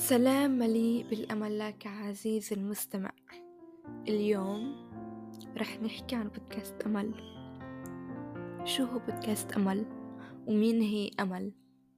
سلام مليء بالأمل لك عزيزي المستمع. اليوم رح نحكي عن بودكاست أمل. شو هو بودكاست أمل؟ ومين هي أمل؟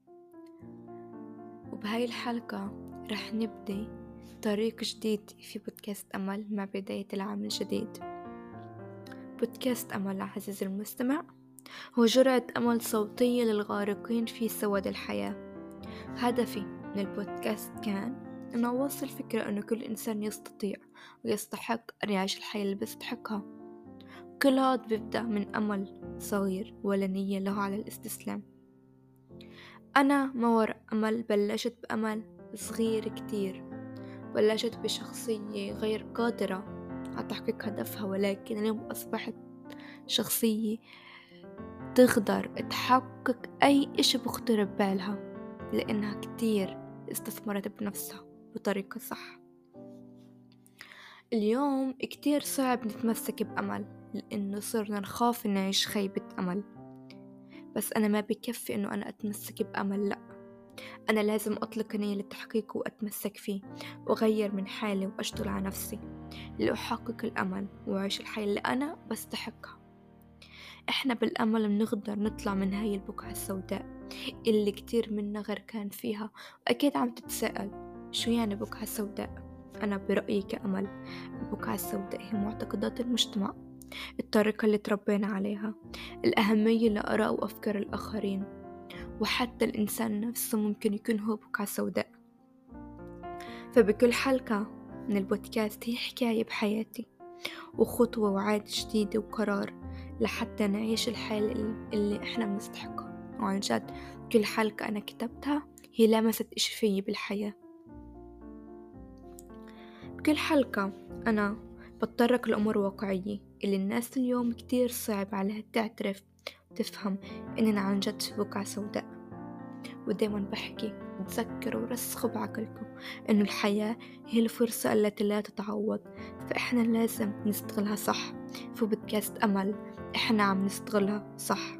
وبهاي الحلقة رح نبدي طريق جديد في بودكاست أمل مع بداية العام الجديد. بودكاست أمل عزيزي المستمع هو جرعة أمل صوتية للغارقين في سواد الحياة. هدفي من البودكاست كان أن أوصل فكرة أن كل إنسان يستطيع ويستحق أن يعيش الحياة اللي بيستحقها. كل هذا بيبدأ من أمل صغير ولا نية له على الاستسلام. أنا ما وراء أمل بلشت بأمل صغير كتير، بلشت بشخصية غير قادرة على تحقيق هدفها، ولكن اليوم أصبحت شخصية تقدر تحقق أي إشي بخطر ببالها، لأنها كتير استثمرت بنفسها بطريقة صح. اليوم كتير صعب نتمسك بأمل، لأنه صرنا نخاف نعيش خيبة أمل. بس أنا ما بكفي أنه أنا أتمسك بأمل، لأ، أنا لازم أطلق نية للتحقيق وأتمسك فيه وأغير من حالي وأشتغل على نفسي لأحقق الأمل وأعيش الحياة اللي أنا بستحقها. إحنا بالأمل بنقدر نطلع من هاي البقعة السوداء اللي كتير منا غرقان فيها. وأكيد عم تتساءل شو يعني بقعة سوداء؟ أنا برأيي كأمل البقعة السوداء هي معتقدات المجتمع، الطريقة اللي تربينا عليها، الأهمية لآراء وأفكار الآخرين، وحتى الإنسان نفسه ممكن يكون هو بقعة سوداء. فبكل حلقة من البودكاست هي حكاية بحياتي وخطوة وعادة جديدة وقرار لحتى نعيش الحياة اللي إحنا بنستحقها. وعن جد كل حلقة أنا كتبتها هي لمست إشي فيي بالحياة. بكل حلقة أنا بتطرق لأمور واقعية اللي الناس اليوم كتير صعب عليها تعترف وتفهم إننا عن جد في بقعة سوداء. ودايما بحكي تذكروا ورسخوا بعقلكم إنه الحياة هي الفرصة التي لا تتعوض، فإحنا لازم نستغلها صح. في بودكاست أمل إحنا عم نستغلها صح.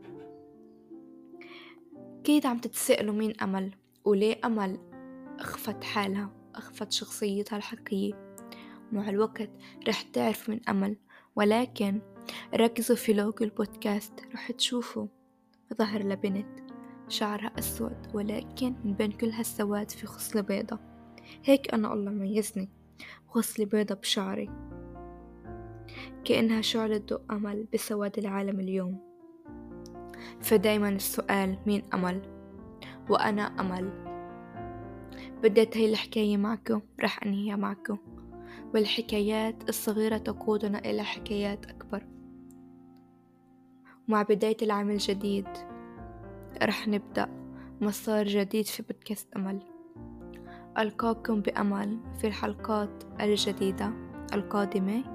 أكيد عم تتسألوا مين أمل وليه أمل أخفت حالها، أخفت شخصيتها الحقيقية. مع الوقت رح تعرف من أمل، ولكن ركزوا في لوجو البودكاست رح تشوفوا ظهر لبنت شعرها أسود، ولكن من بين كل هالسواد في خصلة بيضة. هيك أنا الله ميزني، خصلة بيضة بشعري، كأنها شعلة ضوء أمل بسواد العالم اليوم. فدايما السؤال مين أمل؟ وأنا أمل. بديت هاي الحكاية معكم رح أنهيها معكم، والحكايات الصغيرة تقودنا إلى حكايات أكبر. مع بداية العام الجديد رح نبدأ مسار جديد في بودكاست أمل. ألقاكم بأمل في الحلقات الجديدة القادمة،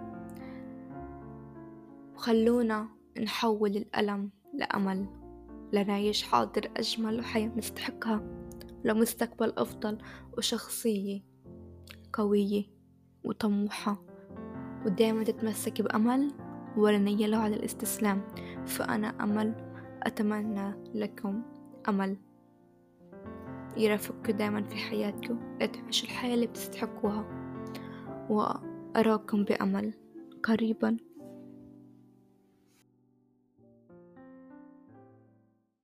وخلونا نحول الألم لأمل لنعيش حاضر أجمل وحياة نستحقها، لمستقبل أفضل وشخصية قوية وطموحة. ودايما تتمسك بأمل ولا نية له على الاستسلام. فأنا أمل، أتمنى لكم أمل يرافقكم دايما في حياتكم، تعيشوا الحياة اللي بتستحقوها. وأراكم بأمل قريبا